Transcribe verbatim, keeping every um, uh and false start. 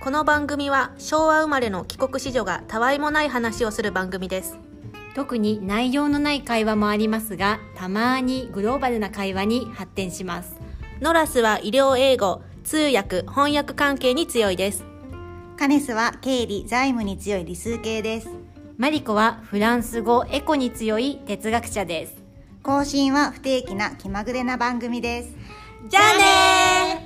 この番組は昭和生まれの帰国子女がたわいもない話をする番組です。 特に内容のない会話もありますが、たまにグローバルな会話に発展します。 ノラスは医療英語、通訳、翻訳関係に強いです。 カネスは経理、財務に強い理数系です。 マリコはフランス語、エコに強い哲学者です。 更新は不定期な気まぐれな番組です。 じゃあねー。